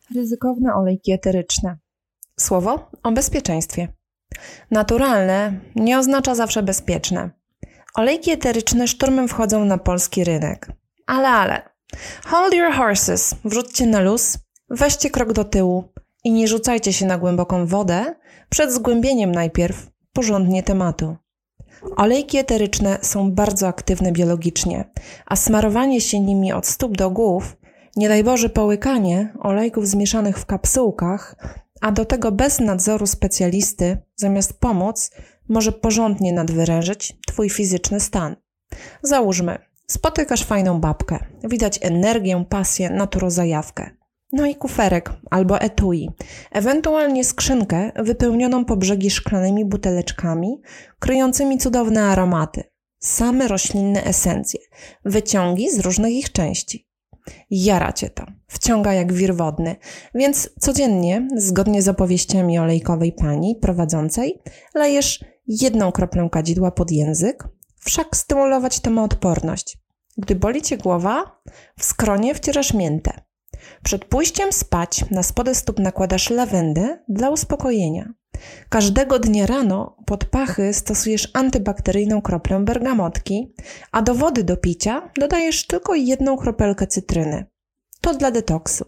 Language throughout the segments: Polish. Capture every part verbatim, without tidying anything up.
Ryzykowne olejki eteryczne. Słowo o bezpieczeństwie. Naturalne nie oznacza zawsze bezpieczne. Olejki eteryczne szturmem wchodzą na polski rynek. Ale, ale. Hold your horses. Wrzućcie na luz, weźcie krok do tyłu i nie rzucajcie się na głęboką wodę przed zgłębieniem najpierw porządnie tematu. Olejki eteryczne są bardzo aktywne biologicznie, a smarowanie się nimi od stóp do głów, nie daj Boże połykanie olejków zmieszanych w kapsułkach, a do tego bez nadzoru specjalisty, zamiast pomóc, może porządnie nadwyrężyć Twój fizyczny stan. Załóżmy, spotykasz fajną babkę, widać energię, pasję, naturozajawkę. No i kuferek albo etui, ewentualnie skrzynkę wypełnioną po brzegi szklanymi buteleczkami, kryjącymi cudowne aromaty, same roślinne esencje, wyciągi z różnych ich części. Jara Cię to, wciąga jak wir wodny, więc codziennie, zgodnie z opowieściami olejkowej pani prowadzącej, lejesz jedną kroplę kadzidła pod język, wszak stymulować to ma odporność. Gdy boli Cię głowa, w skronie wcierasz miętę. Przed pójściem spać na spody stóp nakładasz lawendę dla uspokojenia. Każdego dnia rano pod pachy stosujesz antybakteryjną kroplę bergamotki, a do wody do picia dodajesz tylko jedną kropelkę cytryny. To dla detoksu.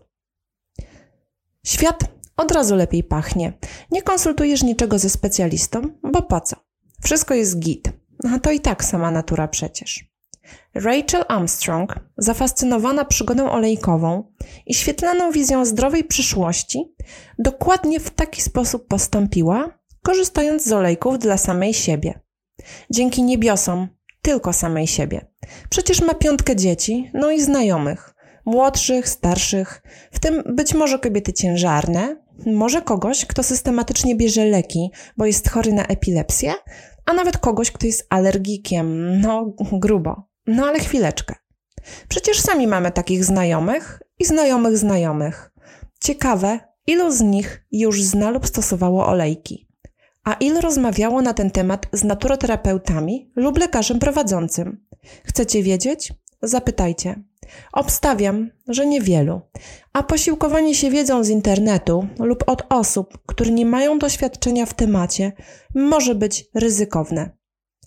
Świat od razu lepiej pachnie. Nie konsultujesz niczego ze specjalistą, bo po co? Wszystko jest git, a to i tak sama natura przecież. Rachel Armstrong, zafascynowana przygodą olejkową i świetlaną wizją zdrowej przyszłości, dokładnie w taki sposób postąpiła, korzystając z olejków dla samej siebie. Dzięki niebiosom, tylko samej siebie. Przecież ma piątkę dzieci, no i znajomych, młodszych, starszych, w tym być może kobiety ciężarne, może kogoś, kto systematycznie bierze leki, bo jest chory na epilepsję, a nawet kogoś, kto jest alergikiem, no grubo. No ale chwileczkę. Przecież sami mamy takich znajomych i znajomych znajomych. Ciekawe, ilu z nich już zna lub stosowało olejki, a ilu rozmawiało na ten temat z naturoterapeutami lub lekarzem prowadzącym. Chcecie wiedzieć? Zapytajcie. Obstawiam, że niewielu, a posiłkowanie się wiedzą z internetu lub od osób, które nie mają doświadczenia w temacie, może być ryzykowne.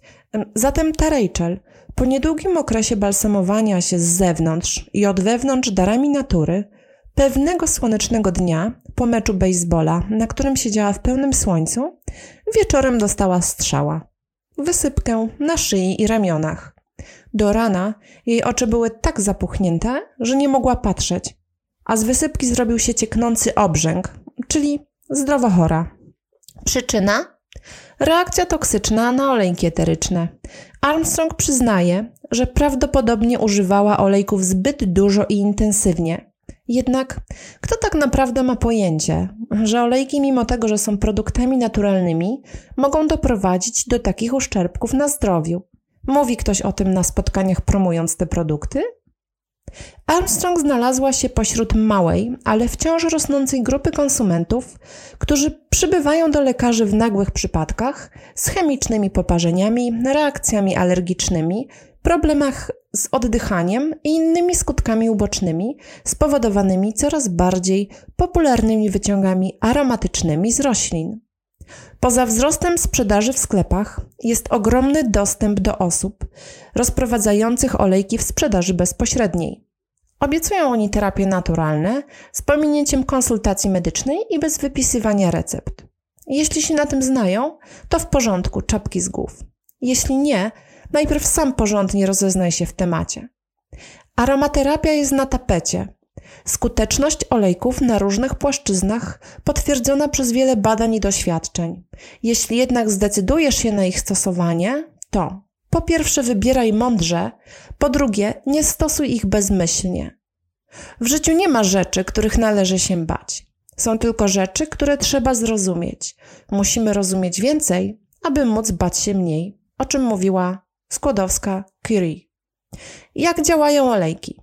Zatem ta Rachel po niedługim okresie balsamowania się z zewnątrz i od wewnątrz darami natury, pewnego słonecznego dnia po meczu bejsbola, na którym siedziała w pełnym słońcu, wieczorem dostała strzała. Wysypkę na szyi i ramionach. Do rana jej oczy były tak zapuchnięte, że nie mogła patrzeć, a z wysypki zrobił się cieknący obrzęk, czyli zdrowo chora. Przyczyna? Reakcja toksyczna na olejki eteryczne. Armstrong przyznaje, że prawdopodobnie używała olejków zbyt dużo i intensywnie. Jednak kto tak naprawdę ma pojęcie, że olejki, mimo tego, że są produktami naturalnymi, mogą doprowadzić do takich uszczerbków na zdrowiu? Mówi ktoś o tym na spotkaniach promując te produkty? Armstrong znalazła się pośród małej, ale wciąż rosnącej grupy konsumentów, którzy przybywają do lekarzy w nagłych przypadkach z chemicznymi poparzeniami, reakcjami alergicznymi, problemach z oddychaniem i innymi skutkami ubocznymi spowodowanymi coraz bardziej popularnymi wyciągami aromatycznymi z roślin. Poza wzrostem sprzedaży w sklepach jest ogromny dostęp do osób rozprowadzających olejki w sprzedaży bezpośredniej. Obiecują oni terapie naturalne z pominięciem konsultacji medycznej i bez wypisywania recept. Jeśli się na tym znają, to w porządku, czapki z głów. Jeśli nie, najpierw sam porządnie rozeznaj się w temacie. Aromaterapia jest na tapecie. Skuteczność olejków na różnych płaszczyznach potwierdzona przez wiele badań i doświadczeń. Jeśli jednak zdecydujesz się na ich stosowanie, to po pierwsze wybieraj mądrze, po drugie nie stosuj ich bezmyślnie. W życiu nie ma rzeczy, których należy się bać. Są tylko rzeczy, które trzeba zrozumieć. Musimy rozumieć więcej, aby móc bać się mniej, o czym mówiła Skłodowska-Curie. Jak działają olejki?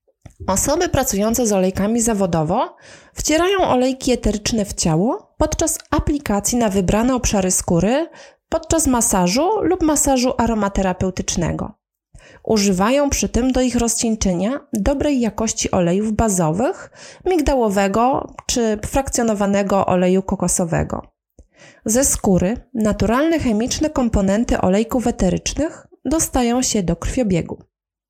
Osoby pracujące z olejkami zawodowo wcierają olejki eteryczne w ciało podczas aplikacji na wybrane obszary skóry, podczas masażu lub masażu aromaterapeutycznego. Używają przy tym do ich rozcieńczenia dobrej jakości olejów bazowych, migdałowego czy frakcjonowanego oleju kokosowego. Ze skóry naturalne chemiczne komponenty olejków eterycznych dostają się do krwiobiegu.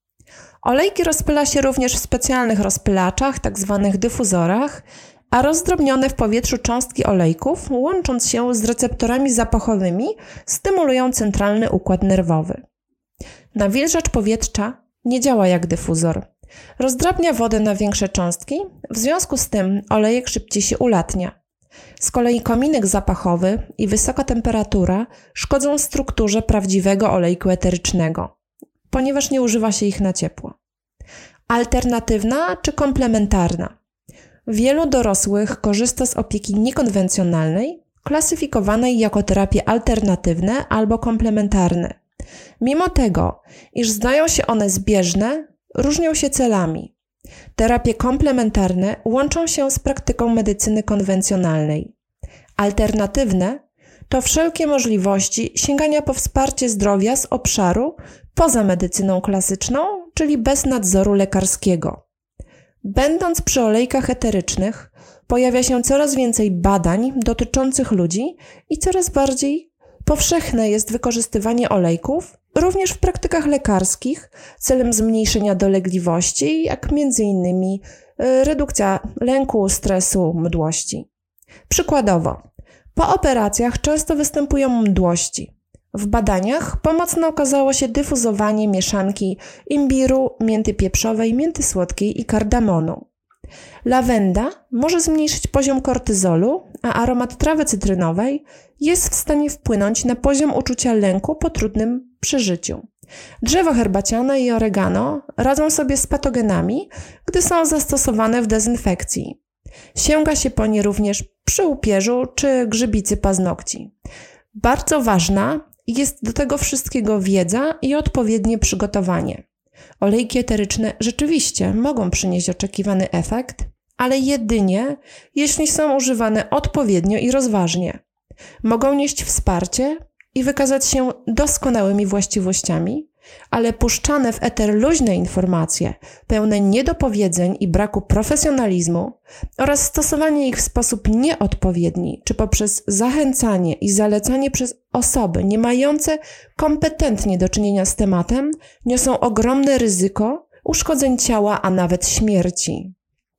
Olejki rozpyla się również w specjalnych rozpylaczach, tzw. dyfuzorach, a rozdrobnione w powietrzu cząstki olejków, łącząc się z receptorami zapachowymi, stymulują centralny układ nerwowy. Nawilżacz powietrza nie działa jak dyfuzor. Rozdrabnia wodę na większe cząstki, w związku z tym olejek szybciej się ulatnia. Z kolei kominek zapachowy i wysoka temperatura szkodzą strukturze prawdziwego olejku eterycznego, ponieważ nie używa się ich na ciepło. Alternatywna czy komplementarna? Wielu dorosłych korzysta z opieki niekonwencjonalnej, klasyfikowanej jako terapie alternatywne albo komplementarne. Mimo tego, iż zdają się one zbieżne, różnią się celami. Terapie komplementarne łączą się z praktyką medycyny konwencjonalnej. Alternatywne to wszelkie możliwości sięgania po wsparcie zdrowia z obszaru poza medycyną klasyczną, czyli bez nadzoru lekarskiego. Będąc przy olejkach eterycznych, pojawia się coraz więcej badań dotyczących ludzi i coraz bardziej powszechne jest wykorzystywanie olejków, również w praktykach lekarskich, celem zmniejszenia dolegliwości, jak między innymi redukcja lęku, stresu, mdłości. Przykładowo, po operacjach często występują mdłości. W badaniach pomocne okazało się dyfuzowanie mieszanki imbiru, mięty pieprzowej, mięty słodkiej i kardamonu. Lawenda może zmniejszyć poziom kortyzolu, a aromat trawy cytrynowej jest w stanie wpłynąć na poziom uczucia lęku po trudnym przeżyciu. Drzewo herbaciane i oregano radzą sobie z patogenami, gdy są zastosowane w dezynfekcji. Sięga się po nie również przy upierzu czy grzybicy paznokci. Bardzo ważna jest do tego wszystkiego wiedza i odpowiednie przygotowanie. Olejki eteryczne rzeczywiście mogą przynieść oczekiwany efekt, ale jedynie jeśli są używane odpowiednio i rozważnie. Mogą nieść wsparcie i wykazać się doskonałymi właściwościami, ale puszczane w eter luźne informacje, pełne niedopowiedzeń i braku profesjonalizmu oraz stosowanie ich w sposób nieodpowiedni, czy poprzez zachęcanie i zalecanie przez osoby nie mające kompetentnie do czynienia z tematem, niosą ogromne ryzyko uszkodzeń ciała, a nawet śmierci.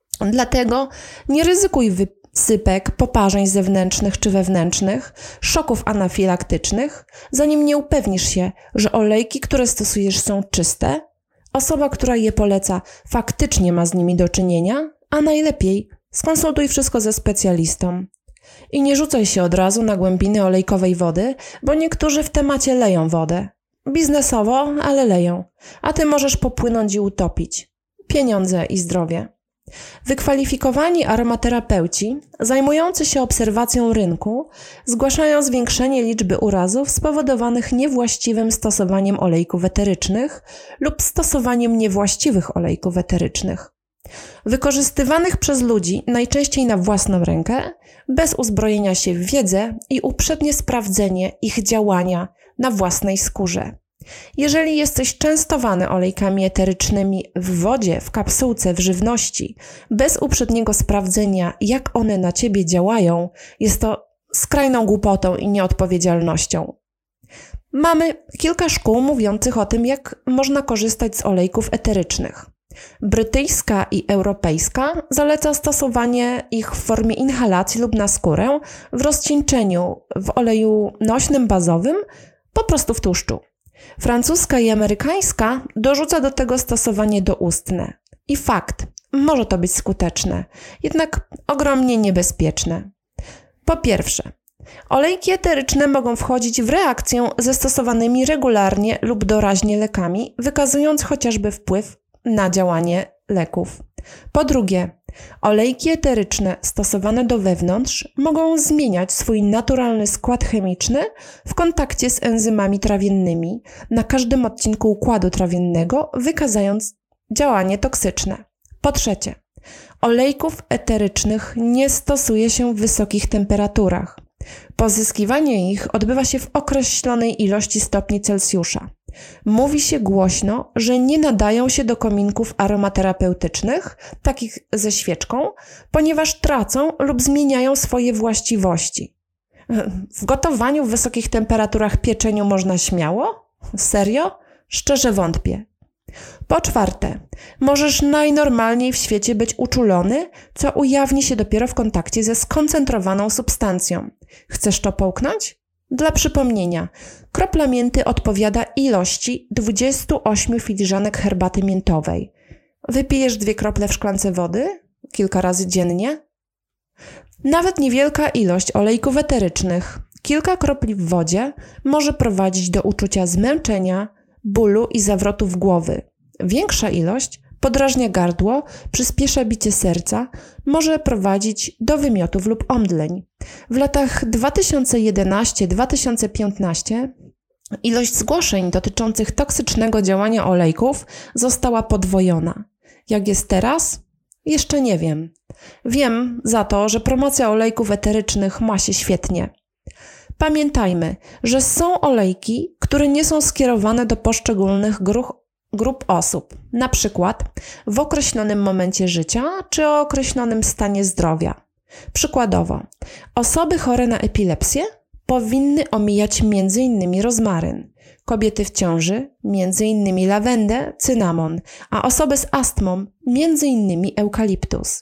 Dlatego nie ryzykuj wysypek, poparzeń zewnętrznych czy wewnętrznych, szoków anafilaktycznych, zanim nie upewnisz się, że olejki, które stosujesz, są czyste, osoba, która je poleca, faktycznie ma z nimi do czynienia, a najlepiej skonsultuj wszystko ze specjalistą. I nie rzucaj się od razu na głębiny olejkowej wody, bo niektórzy w temacie leją wodę. Biznesowo, ale leją, a ty możesz popłynąć i utopić. Pieniądze i zdrowie. Wykwalifikowani aromaterapeuci zajmujący się obserwacją rynku zgłaszają zwiększenie liczby urazów spowodowanych niewłaściwym stosowaniem olejków eterycznych lub stosowaniem niewłaściwych olejków eterycznych, wykorzystywanych przez ludzi najczęściej na własną rękę, bez uzbrojenia się w wiedzę i uprzednie sprawdzenie ich działania na własnej skórze. Jeżeli jesteś częstowany olejkami eterycznymi w wodzie, w kapsułce, w żywności, bez uprzedniego sprawdzenia, jak one na ciebie działają, jest to skrajną głupotą i nieodpowiedzialnością. Mamy kilka szkół mówiących o tym, jak można korzystać z olejków eterycznych. Brytyjska i europejska zaleca stosowanie ich w formie inhalacji lub na skórę, w rozcieńczeniu, w oleju nośnym, bazowym, po prostu w tłuszczu. Francuska i amerykańska dorzuca do tego stosowanie doustne. I fakt, może to być skuteczne, jednak ogromnie niebezpieczne. Po pierwsze, olejki eteryczne mogą wchodzić w reakcję ze stosowanymi regularnie lub doraźnie lekami, wykazując chociażby wpływ na działanie leków. Po drugie, olejki eteryczne stosowane do wewnątrz mogą zmieniać swój naturalny skład chemiczny w kontakcie z enzymami trawiennymi na każdym odcinku układu trawiennego, wykazając działanie toksyczne. Po trzecie, olejków eterycznych nie stosuje się w wysokich temperaturach. Pozyskiwanie ich odbywa się w określonej ilości stopni Celsjusza. Mówi się głośno, że nie nadają się do kominków aromaterapeutycznych, takich ze świeczką, ponieważ tracą lub zmieniają swoje właściwości. W gotowaniu w wysokich temperaturach pieczeniu można śmiało? Serio? Szczerze wątpię. Po czwarte, możesz najnormalniej w świecie być uczulony, co ujawni się dopiero w kontakcie ze skoncentrowaną substancją. Chcesz to połknąć? Dla przypomnienia, kropla mięty odpowiada ilości dwudziestu ośmiu filiżanek herbaty miętowej. Wypijesz dwie krople w szklance wody? Kilka razy dziennie? Nawet niewielka ilość olejków eterycznych, kilka kropli w wodzie, może prowadzić do uczucia zmęczenia, bólu i zawrotów głowy. Większa ilość podrażnia gardło, przyspiesza bicie serca, może prowadzić do wymiotów lub omdleń. W latach dwa tysiące jedenastym do dwa tysiące piętnastego ilość zgłoszeń dotyczących toksycznego działania olejków została podwojona. Jak jest teraz? Jeszcze nie wiem. Wiem za to, że promocja olejków eterycznych ma się świetnie. Pamiętajmy, że są olejki, które nie są skierowane do poszczególnych grup, grup osób, na przykład w określonym momencie życia czy o określonym stanie zdrowia. Przykładowo, osoby chore na epilepsję powinny omijać między innymi rozmaryn, kobiety w ciąży między innymi lawendę, cynamon, a osoby z astmą między innymi eukaliptus.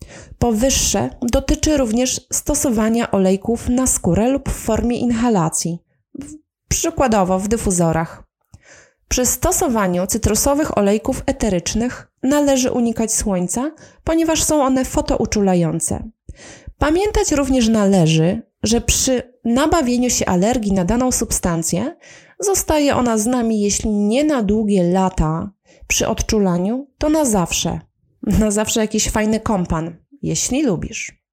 Powyższe dotyczy również stosowania olejków na skórę lub w formie inhalacji, przykładowo w dyfuzorach. Przy stosowaniu cytrusowych olejków eterycznych należy unikać słońca, ponieważ są one fotouczulające. Pamiętać również należy, że przy nabawieniu się alergii na daną substancję zostaje ona z nami, jeśli nie na długie lata, przy odczulaniu, to na zawsze. Na zawsze jakiś fajny kompan, jeśli lubisz.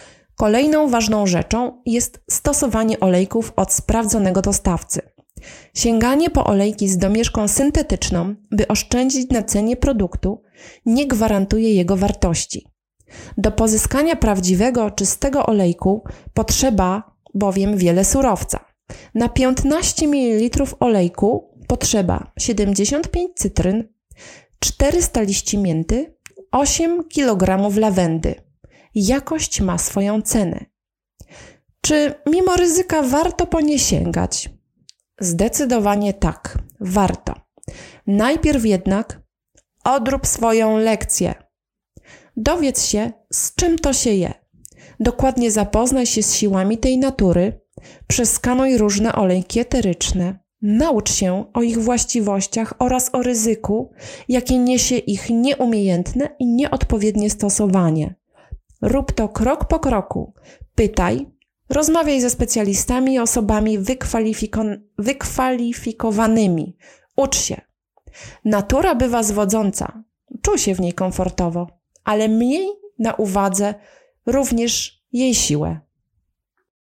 Kolejną ważną rzeczą jest stosowanie olejków od sprawdzonego dostawcy. Sięganie po olejki z domieszką syntetyczną, by oszczędzić na cenie produktu, nie gwarantuje jego wartości. Do pozyskania prawdziwego, czystego olejku potrzeba bowiem wiele surowca. Na piętnaście mililitrów olejku potrzeba siedemdziesiąt pięć cytryn, czterysta liści mięty, osiem kilogramów lawendy. Jakość ma swoją cenę. Czy mimo ryzyka warto po nie sięgać? Zdecydowanie tak, warto. Najpierw jednak odrób swoją lekcję. Dowiedz się, z czym to się je. Dokładnie zapoznaj się z siłami tej natury, przeskanuj różne olejki eteryczne, naucz się o ich właściwościach oraz o ryzyku, jakie niesie ich nieumiejętne i nieodpowiednie stosowanie. Rób to krok po kroku. Pytaj, rozmawiaj ze specjalistami i osobami wykwalifiko- wykwalifikowanymi. Ucz się. Natura bywa zwodząca. Czuj się w niej komfortowo, ale miej na uwadze również jej siłę.